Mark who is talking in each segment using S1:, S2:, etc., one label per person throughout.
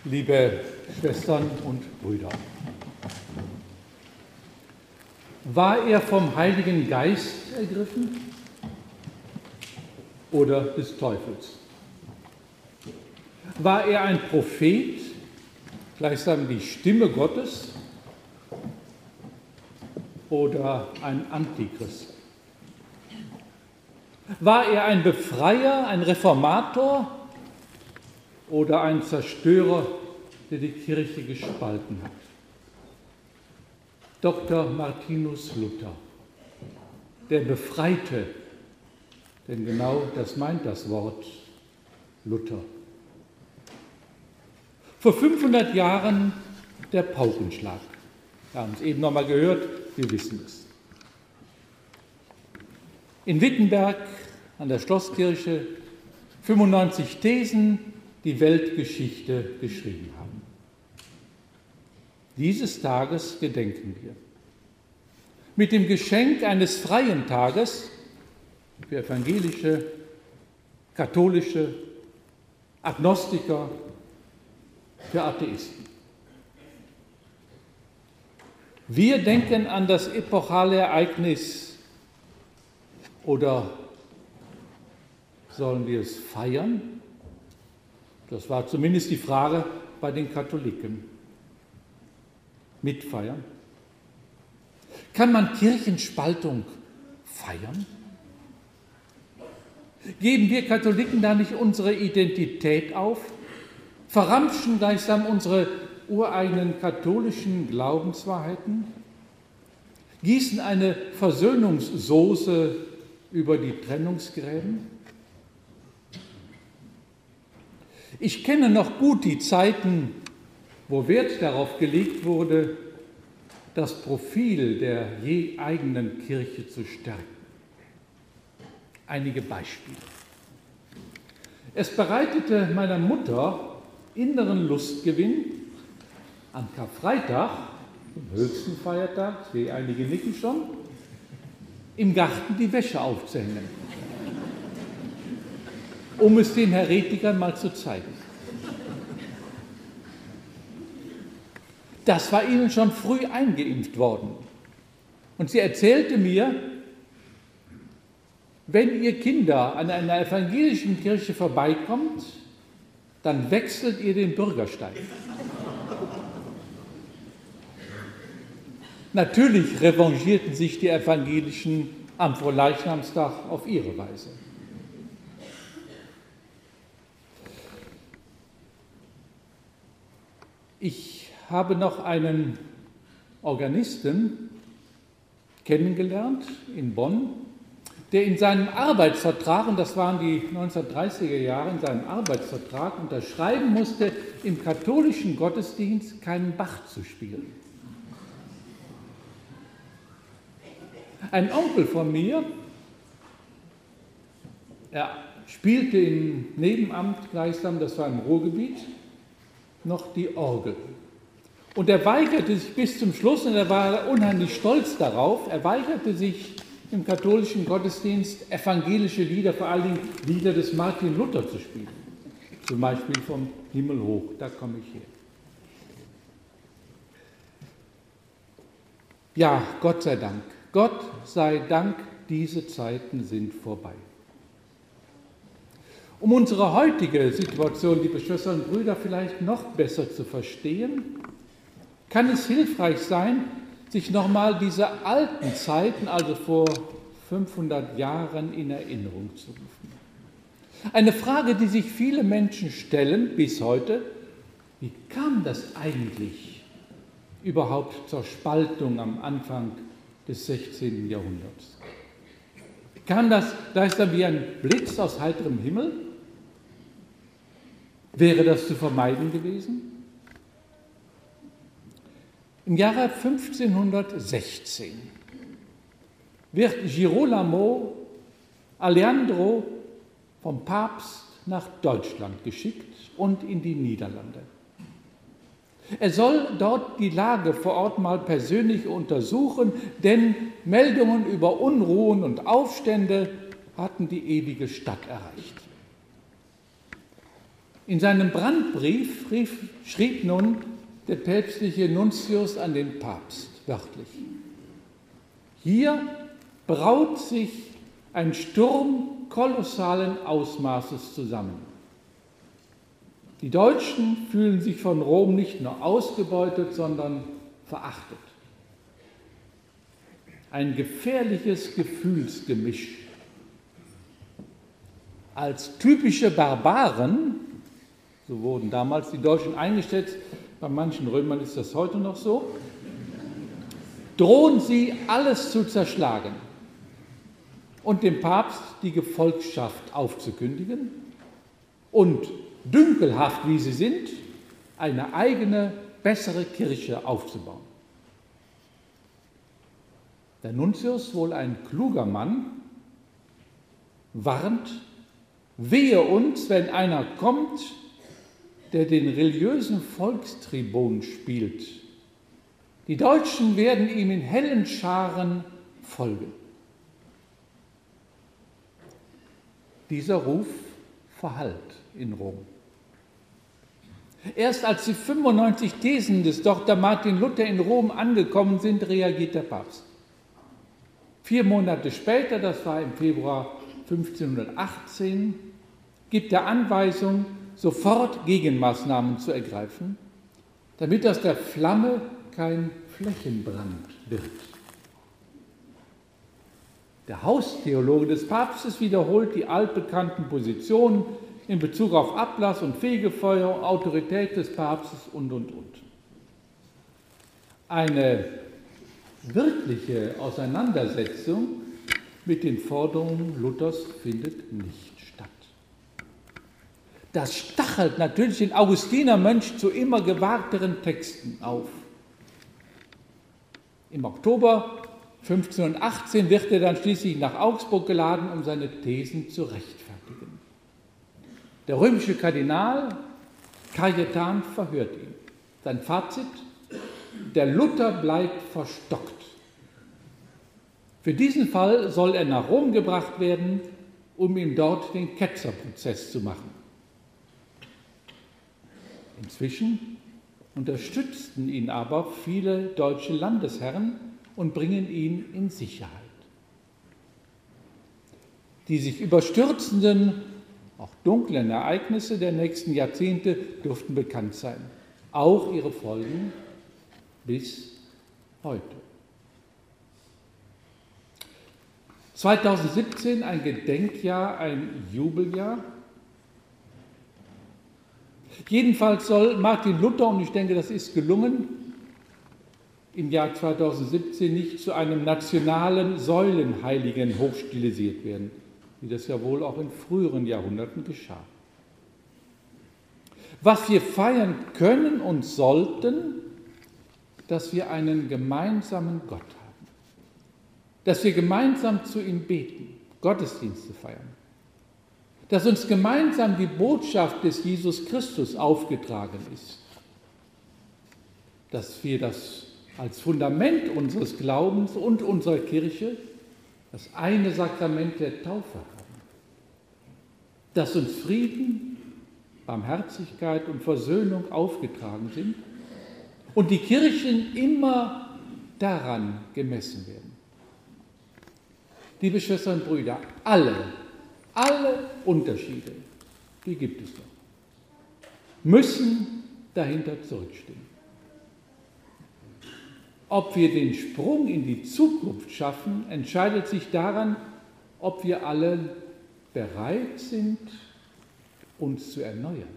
S1: Liebe Schwestern und Brüder, war er vom Heiligen Geist ergriffen oder des Teufels? War er ein Prophet, gleichsam die Stimme Gottes, oder ein Antichrist? War er ein Befreier, ein Reformator oder ein Zerstörer, der die Kirche gespalten hat? Dr. Martinus Luther, der Befreite, denn genau das meint das Wort Luther. Vor 500 Jahren der Paukenschlag. Wir haben es eben noch mal gehört, wir wissen es. In Wittenberg an der Schlosskirche 95 Thesen, die Weltgeschichte geschrieben haben. Dieses Tages gedenken wir. Mit dem Geschenk eines freien Tages für evangelische, katholische, Agnostiker, für Atheisten. Wir denken an das epochale Ereignis, oder sollen wir es feiern? Das war zumindest die Frage bei den Katholiken. Mitfeiern? Kann man Kirchenspaltung feiern? Geben wir Katholiken da nicht unsere Identität auf? Verramschen gleichsam unsere ureigenen katholischen Glaubenswahrheiten? Gießen eine Versöhnungssoße über die Trennungsgräben? Ich kenne noch gut die Zeiten, wo Wert darauf gelegt wurde, das Profil der je eigenen Kirche zu stärken. Einige Beispiele. Es bereitete meiner Mutter inneren Lustgewinn, am Karfreitag, dem höchsten Feiertag, ich sehe einige nicken schon, im Garten die Wäsche aufzuhängen, um es den Häretikern mal zu zeigen. Das war ihnen schon früh eingeimpft worden. Und sie erzählte mir, wenn ihr Kinder an einer evangelischen Kirche vorbeikommt, dann wechselt ihr den Bürgersteig. Natürlich revanchierten sich die Evangelischen am Fronleichnamstag auf ihre Weise. Ich habe noch einen Organisten kennengelernt in Bonn, der in seinem Arbeitsvertrag, und das waren die 1930er Jahre, in seinem Arbeitsvertrag unterschreiben musste, im katholischen Gottesdienst keinen Bach zu spielen. Ein Onkel von mir, er spielte im Nebenamt gleichsam, das war im Ruhrgebiet, noch die Orgel. Und er weigerte sich bis zum Schluss, und er war unheimlich stolz darauf, er weigerte sich im katholischen Gottesdienst evangelische Lieder, vor allen Dingen Lieder des Martin Luther zu spielen. Zum Beispiel vom Himmel hoch, da komme ich her. Ja, Gott sei Dank. Gott sei Dank, diese Zeiten sind vorbei. Um unsere heutige Situation, liebe Schwestern und Brüder, vielleicht noch besser zu verstehen, kann es hilfreich sein, sich nochmal diese alten Zeiten, also vor 500 Jahren, in Erinnerung zu rufen. Eine Frage, die sich viele Menschen stellen bis heute: Wie kam das eigentlich überhaupt zur Spaltung am Anfang des 16. Jahrhunderts? Kam das gleichsam wie ein Blitz aus heiterem Himmel? Wäre das zu vermeiden gewesen? Im Jahre 1516 wird Girolamo Aleandro vom Papst nach Deutschland geschickt und in die Niederlande. Er soll dort die Lage vor Ort mal persönlich untersuchen, denn Meldungen über Unruhen und Aufstände hatten die ewige Stadt erreicht. In seinem Brandbrief schrieb nun der päpstliche Nuntius an den Papst wörtlich: Hier braut sich ein Sturm kolossalen Ausmaßes zusammen. Die Deutschen fühlen sich von Rom nicht nur ausgebeutet, sondern verachtet. Ein gefährliches Gefühlsgemisch. Als typische Barbaren, so wurden damals die Deutschen eingeschätzt, bei manchen Römern ist das heute noch so, drohen sie, alles zu zerschlagen und dem Papst die Gefolgschaft aufzukündigen und, dünkelhaft wie sie sind, eine eigene, bessere Kirche aufzubauen. Der Nuntius, wohl ein kluger Mann, warnt: Wehe uns, wenn einer kommt, der den religiösen Volkstribun spielt. Die Deutschen werden ihm in hellen Scharen folgen. Dieser Ruf verhallt in Rom. Erst als die 95 Thesen des Dr. Martin Luther in Rom angekommen sind, reagiert der Papst. 4 Monate später, das war im Februar 1518, gibt er Anweisung, sofort Gegenmaßnahmen zu ergreifen, damit aus der Flamme kein Flächenbrand wird. Der Haustheologe des Papstes wiederholt die altbekannten Positionen in Bezug auf Ablass und Fegefeuer, Autorität des Papstes und. Eine wirkliche Auseinandersetzung mit den Forderungen Luthers findet nicht statt. Das stachelt natürlich den Augustinermönch zu immer gewagteren Texten auf. Im Oktober 1518 wird er dann schließlich nach Augsburg geladen, um seine Thesen zu rechtfertigen. Der römische Kardinal Cajetan verhört ihn. Sein Fazit: Der Luther bleibt verstockt. Für diesen Fall soll er nach Rom gebracht werden, um ihm dort den Ketzerprozess zu machen. Inzwischen unterstützten ihn aber viele deutsche Landesherren und bringen ihn in Sicherheit. Die sich überstürzenden, auch dunklen Ereignisse der nächsten Jahrzehnte dürften bekannt sein. Auch ihre Folgen bis heute. 2017 ein Gedenkjahr, ein Jubeljahr. Jedenfalls soll Martin Luther, und ich denke, das ist gelungen, im Jahr 2017 nicht zu einem nationalen Säulenheiligen hochstilisiert werden, wie das ja wohl auch in früheren Jahrhunderten geschah. Was wir feiern können und sollten, dass wir einen gemeinsamen Gott haben, dass wir gemeinsam zu ihm beten, Gottesdienste feiern, dass uns gemeinsam die Botschaft des Jesus Christus aufgetragen ist, dass wir das als Fundament unseres Glaubens und unserer Kirche das eine Sakrament der Taufe haben, dass uns Frieden, Barmherzigkeit und Versöhnung aufgetragen sind und die Kirchen immer daran gemessen werden. Liebe Schwestern und Brüder, alle Unterschiede, die gibt es noch, müssen dahinter zurückstehen. Ob wir den Sprung in die Zukunft schaffen, entscheidet sich daran, ob wir alle bereit sind, uns zu erneuern.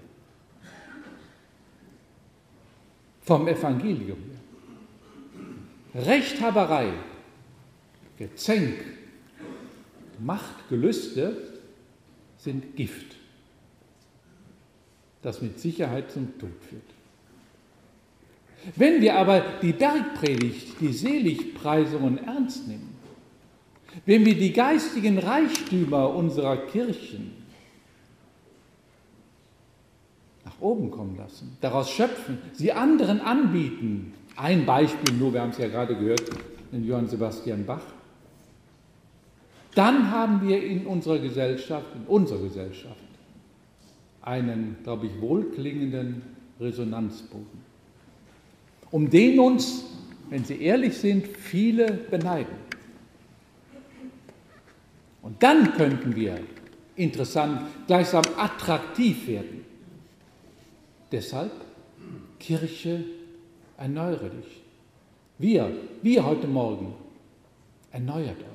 S1: Vom Evangelium her. Rechthaberei, Gezänk, Machtgelüste sind Gift, das mit Sicherheit zum Tod führt. Wenn wir aber die Bergpredigt, die Seligpreisungen ernst nehmen, wenn wir die geistigen Reichtümer unserer Kirchen nach oben kommen lassen, daraus schöpfen, sie anderen anbieten, ein Beispiel nur, wir haben es ja gerade gehört, in Johann Sebastian Bach, dann haben wir in unserer Gesellschaft, einen, glaube ich, wohlklingenden Resonanzboden, um den uns, wenn Sie ehrlich sind, viele beneiden. Und dann könnten wir interessant, gleichsam attraktiv werden. Deshalb, Kirche, erneuere dich. Wir heute Morgen, erneuert euch.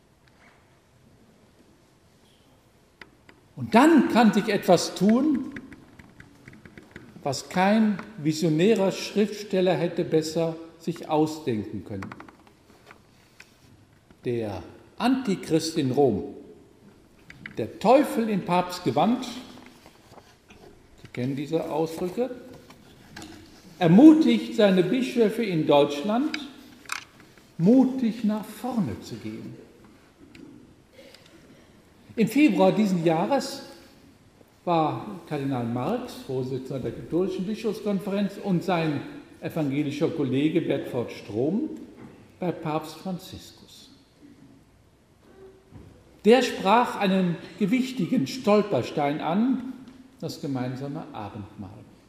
S1: Und dann kann sich etwas tun, was kein visionärer Schriftsteller hätte besser sich ausdenken können. Der Antichrist in Rom, der Teufel im Papstgewand, Sie kennen diese Ausdrücke, ermutigt seine Bischöfe in Deutschland, mutig nach vorne zu gehen. Im Februar diesen Jahres war Kardinal Marx, Vorsitzender der katholischen Bischofskonferenz, und sein evangelischer Kollege Berthold Strom bei Papst Franziskus. Der sprach einen gewichtigen Stolperstein an, das gemeinsame Abendmahl.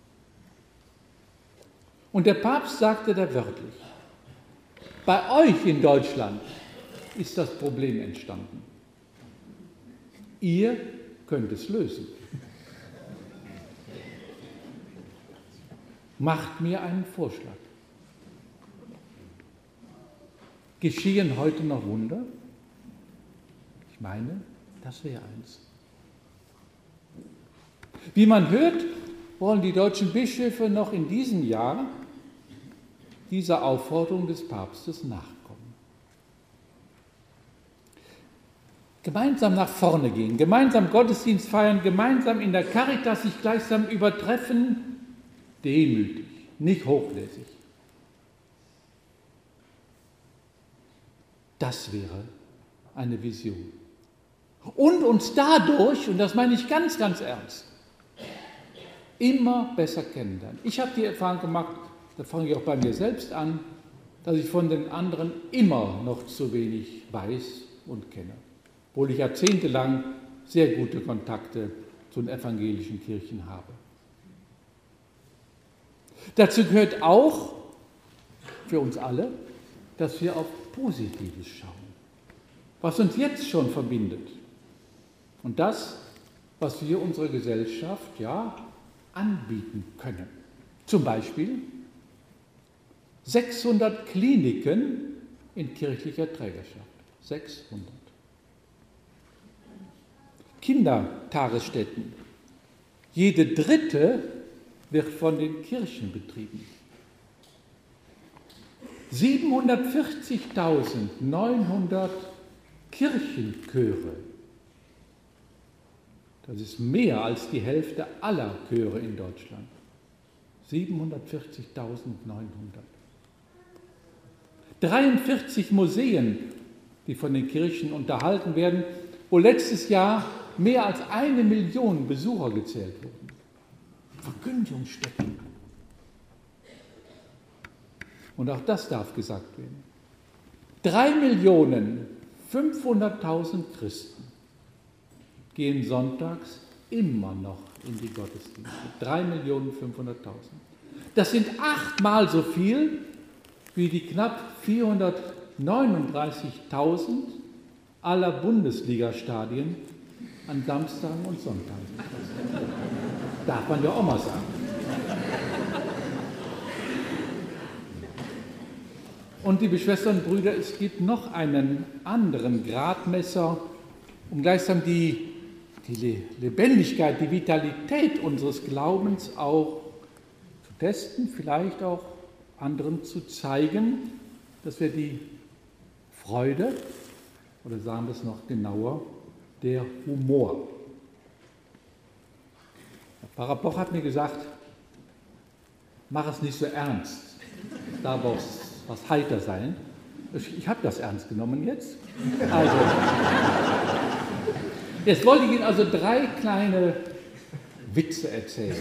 S1: Und der Papst sagte da wörtlich: Bei euch in Deutschland ist das Problem entstanden. Ihr könnt es lösen. Macht mir einen Vorschlag. Geschehen heute noch Wunder? Ich meine, das wäre eins. Wie man hört, wollen die deutschen Bischöfe noch in diesem Jahr dieser Aufforderung des Papstes nachkommen. Gemeinsam nach vorne gehen, gemeinsam Gottesdienst feiern, gemeinsam in der Caritas sich gleichsam übertreffen, demütig, nicht hochlässig. Das wäre eine Vision. Und uns dadurch, und das meine ich ganz, ganz ernst, immer besser kennenlernen. Ich habe die Erfahrung gemacht, da fange ich auch bei mir selbst an, dass ich von den anderen immer noch zu wenig weiß und kenne, obwohl ich jahrzehntelang sehr gute Kontakte zu den evangelischen Kirchen habe. Dazu gehört auch für uns alle, dass wir auf Positives schauen, was uns jetzt schon verbindet und das, was wir unserer Gesellschaft anbieten können. Zum Beispiel 600 Kliniken in kirchlicher Trägerschaft. 600. Kindertagesstätten. Jede dritte wird von den Kirchen betrieben. 740.900 Kirchenchöre. Das ist mehr als die Hälfte aller Chöre in Deutschland. 740.900. 43 Museen, die von den Kirchen unterhalten werden, wo letztes Jahr mehr als 1 Million Besucher gezählt wurden. Verkündigungsstätten. Und auch das darf gesagt werden. 3.500.000 Christen gehen sonntags immer noch in die Gottesdienste. 3.500.000. Das sind 8-mal so viel wie die knapp 439.000 aller Bundesliga-Stadien an Samstagen und Sonntagen. Darf man ja auch mal sagen. Und liebe Schwestern und Brüder, es gibt noch einen anderen Gradmesser, um gleichsam die Lebendigkeit, die Vitalität unseres Glaubens auch zu testen, vielleicht auch anderen zu zeigen, dass wir die Freude, oder sagen wir es noch genauer, der Humor. Der Pfarrer Boch hat mir gesagt, mach es nicht so ernst, es darf auch was heiter sein. Ich habe das ernst genommen jetzt. Also, jetzt wollte ich Ihnen also 3 kleine Witze erzählen.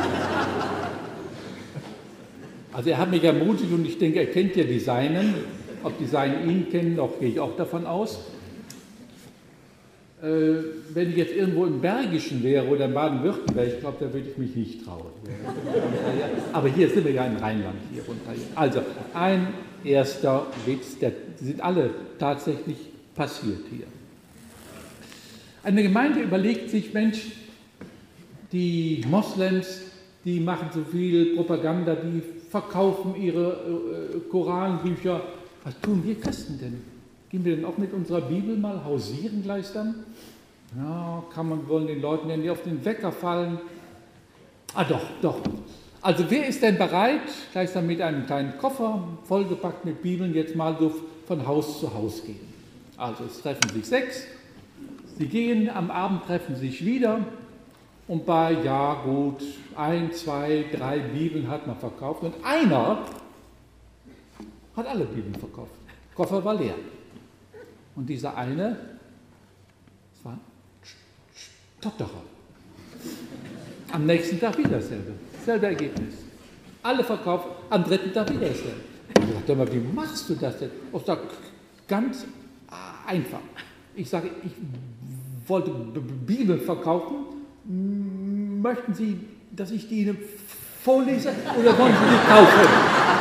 S1: Also er hat mich ermutigt und ich denke, er kennt ja die Seinen. Ob die Seinen ihn kennen, gehe ich auch davon aus. Wenn ich jetzt irgendwo im Bergischen wäre oder in Baden-Württemberg, ich glaube, da würde ich mich nicht trauen. Aber hier sind wir ja im Rheinland hier runter. Also ein erster Witz, die sind alle tatsächlich passiert hier. Eine Gemeinde überlegt sich, Mensch, die Moslems, die machen so viel Propaganda, die verkaufen ihre Koranbücher. Was tun wir Christen denn? Gehen wir denn auch mit unserer Bibel mal hausieren gleich dann? Ja, wollen den Leuten denn nicht auf den Wecker fallen? Ah doch. Also wer ist denn bereit, gleich dann mit einem kleinen Koffer, vollgepackt mit Bibeln, jetzt mal so von Haus zu Haus gehen? Also es treffen sich 6, sie gehen, am Abend treffen sich wieder und bei, 1, 2, 3 Bibeln hat man verkauft und einer hat alle Bibeln verkauft. Der Koffer war leer. Und dieser eine, das war ein Stotterer. Am nächsten Tag wieder dasselbe Ergebnis. Alle verkauft, am 3. Tag wieder dasselbe. Ich sagte mal, wie machst du das denn? Ich sage, ganz einfach. Ich sage, ich wollte Bibeln verkaufen. Möchten Sie, dass ich die Ihnen vorlese oder wollen Sie die kaufen?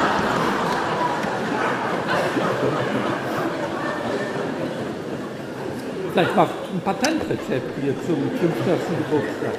S1: Vielleicht mal ein Patentrezept hier zum 50. Geburtstag.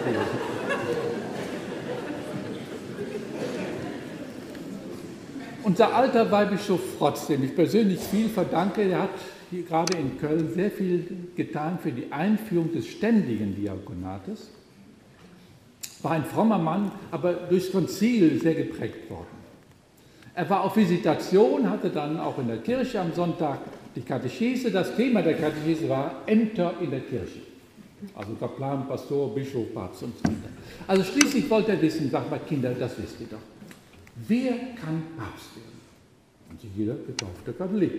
S1: Unser alter Weihbischof Frotz, dem ich persönlich viel verdanke, der hat hier gerade in Köln sehr viel getan für die Einführung des ständigen Diakonates. War ein frommer Mann, aber durchs Konzil sehr geprägt worden. Er war auf Visitation, hatte dann auch in der Kirche am Sonntag die Katechese. Das Thema der Katechese war Ämter in der Kirche. Also Kaplan, Pastor, Bischof, Papst und so weiter. Also schließlich wollte er wissen, sagt mal Kinder, das wisst ihr doch. Wer kann Papst werden? Und jeder getaufte Katholik.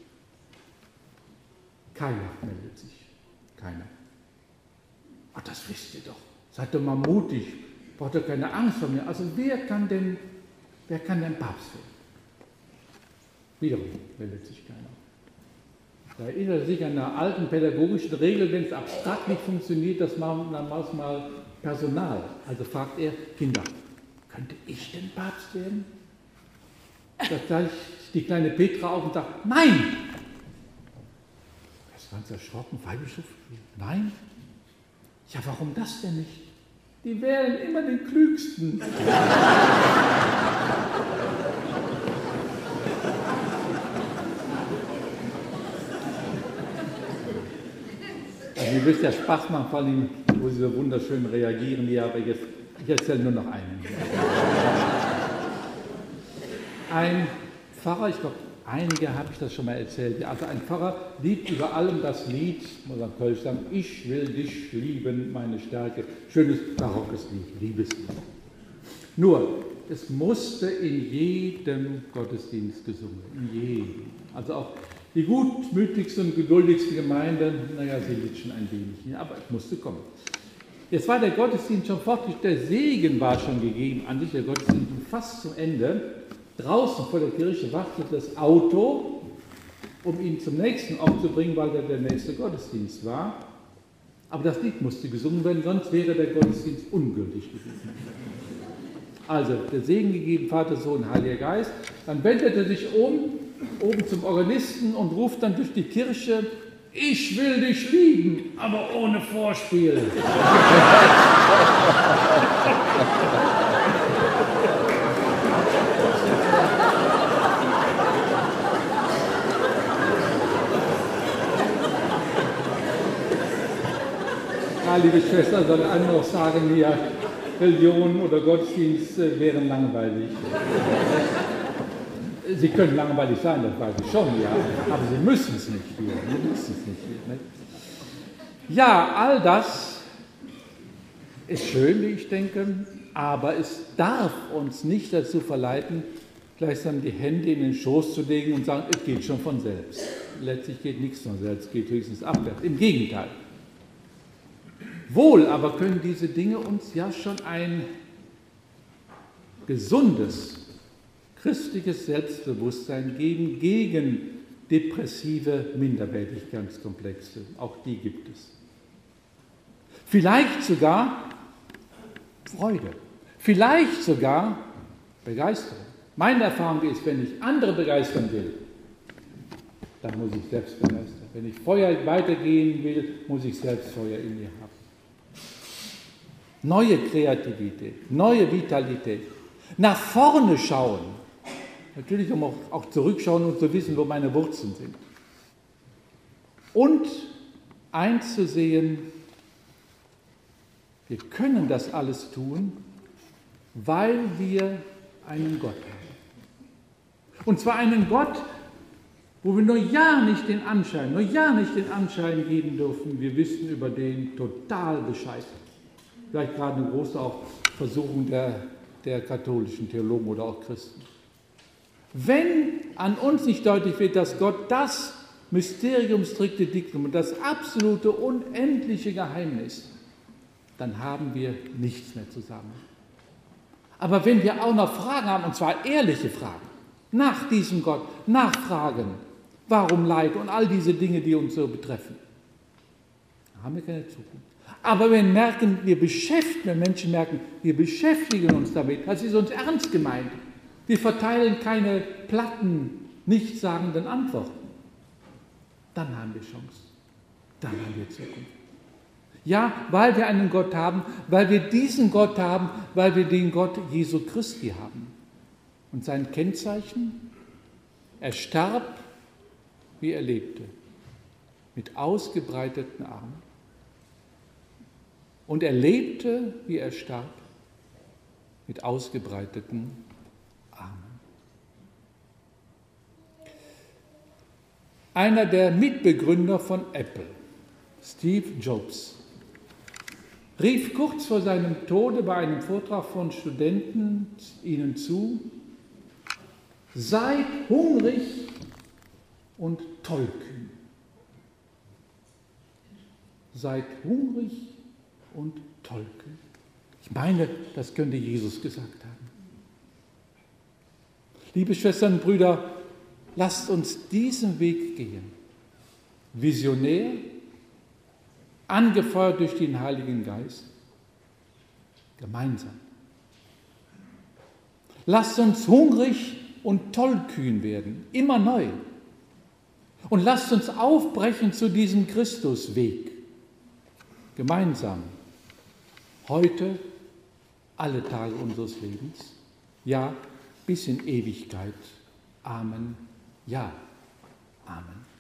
S1: Keiner meldet sich. Keiner. Ach, das wisst ihr doch. Seid doch mal mutig. Braucht ihr keine Angst vor mir. Also wer kann denn Papst werden? Wiederum meldet sich keiner. Da erinnert er sich an eine alten pädagogischen Regel, wenn es abstrakt nicht funktioniert, das machen dann mal Personal. Also fragt er, Kinder, könnte ich denn Papst werden? Da gleich die kleine Petra auf und sagt, nein! Er ist ganz erschrocken, Weihbischof, nein? Ja, warum das denn nicht? Die wählen immer den Klügsten. Also ihr wisst ja, Spaß machen, vor allem, wo sie so wunderschön reagieren hier, aber jetzt, ich erzähle nur noch einen. Ein Pfarrer, ich glaube, einige habe ich das schon mal erzählt, also ein Pfarrer liebt über allem das Lied, muss man Kölsch sagen, ich will dich lieben, meine Stärke. Schönes barockes Lied, Liebeslied. Nur, es musste in jedem Gottesdienst gesungen, in jedem. Also auch die gutmütigste und geduldigste Gemeinde, naja, sie litt schon ein wenig, aber es musste kommen. Jetzt war der Gottesdienst schon fortgeschritten, der Segen war schon gegeben, an sich der Gottesdienst fast zum Ende. Draußen vor der Kirche wartete das Auto, um ihn zum nächsten Ort zu bringen, weil der nächste Gottesdienst war. Aber das Lied musste gesungen werden, sonst wäre der Gottesdienst ungültig gewesen. Also der Segen gegeben, Vater, Sohn, Heiliger Geist. Dann wendet er sich oben zum Organisten und ruft dann durch die Kirche, ich will dich lieben, aber ohne Vorspiel. Ja, liebe Schwester, soll andere noch sagen, hier, Religion oder Gottesdienst wären langweilig. Sie können langweilig sein, das weiß ich schon, ja, aber Sie müssen es nicht hier. Ja, all das ist schön, wie ich denke, aber es darf uns nicht dazu verleiten, gleichsam die Hände in den Schoß zu legen und sagen, es geht schon von selbst. Letztlich geht nichts von selbst, es geht höchstens abwärts. Im Gegenteil. Wohl aber können diese Dinge uns ja schon ein gesundes, christliches Selbstbewusstsein geben gegen depressive Minderwertigkeitskomplexe. Auch die gibt es. vielleicht sogar Freude, vielleicht sogar Begeisterung. Meine Erfahrung ist, wenn ich andere begeistern will, dann muss ich selbst begeistern. Wenn ich Feuer weitergehen will, muss ich selbst Feuer in mir haben. Neue Kreativität, neue Vitalität. Nach vorne schauen. Natürlich auch zurückschauen und zu wissen, wo meine Wurzeln sind. Und eins zu sehen, wir können das alles tun, weil wir einen Gott haben. Und zwar einen Gott, wo wir nur ja nicht den Anschein geben dürfen, wir wissen über den total Bescheid. Vielleicht gerade eine große auch Versuchung der katholischen Theologen oder auch Christen. Wenn an uns nicht deutlich wird, dass Gott das Mysterium stricte dictum und das absolute, unendliche Geheimnis, dann haben wir nichts mehr zusammen. Aber wenn wir auch noch Fragen haben, und zwar ehrliche Fragen, nach diesem Gott, nachfragen, warum Leid und all diese Dinge, die uns so betreffen, dann haben wir keine Zukunft. Aber wenn Menschen merken, wir beschäftigen uns damit, das ist uns ernst gemeint, wir verteilen keine platten, nichtssagenden Antworten, dann haben wir Chance, dann haben wir Zukunft. Ja, weil wir einen Gott haben, weil wir diesen Gott haben, weil wir den Gott Jesu Christi haben. Und sein Kennzeichen, er starb, wie er lebte, mit ausgebreiteten Armen. Und er lebte, wie er starb, mit ausgebreiteten Armen. Einer der Mitbegründer von Apple, Steve Jobs, rief kurz vor seinem Tode bei einem Vortrag von Studenten ihnen zu: Seid hungrig und tollkühn. Seid hungrig und tollkühn. Ich meine, das könnte Jesus gesagt haben. Liebe Schwestern und Brüder, lasst uns diesen Weg gehen. Visionär, angefeuert durch den Heiligen Geist, gemeinsam. Lasst uns hungrig und tollkühn werden, immer neu. Und lasst uns aufbrechen zu diesem Christusweg, gemeinsam. Heute, alle Tage unseres Lebens, ja, bis in Ewigkeit. Amen. Ja, Amen.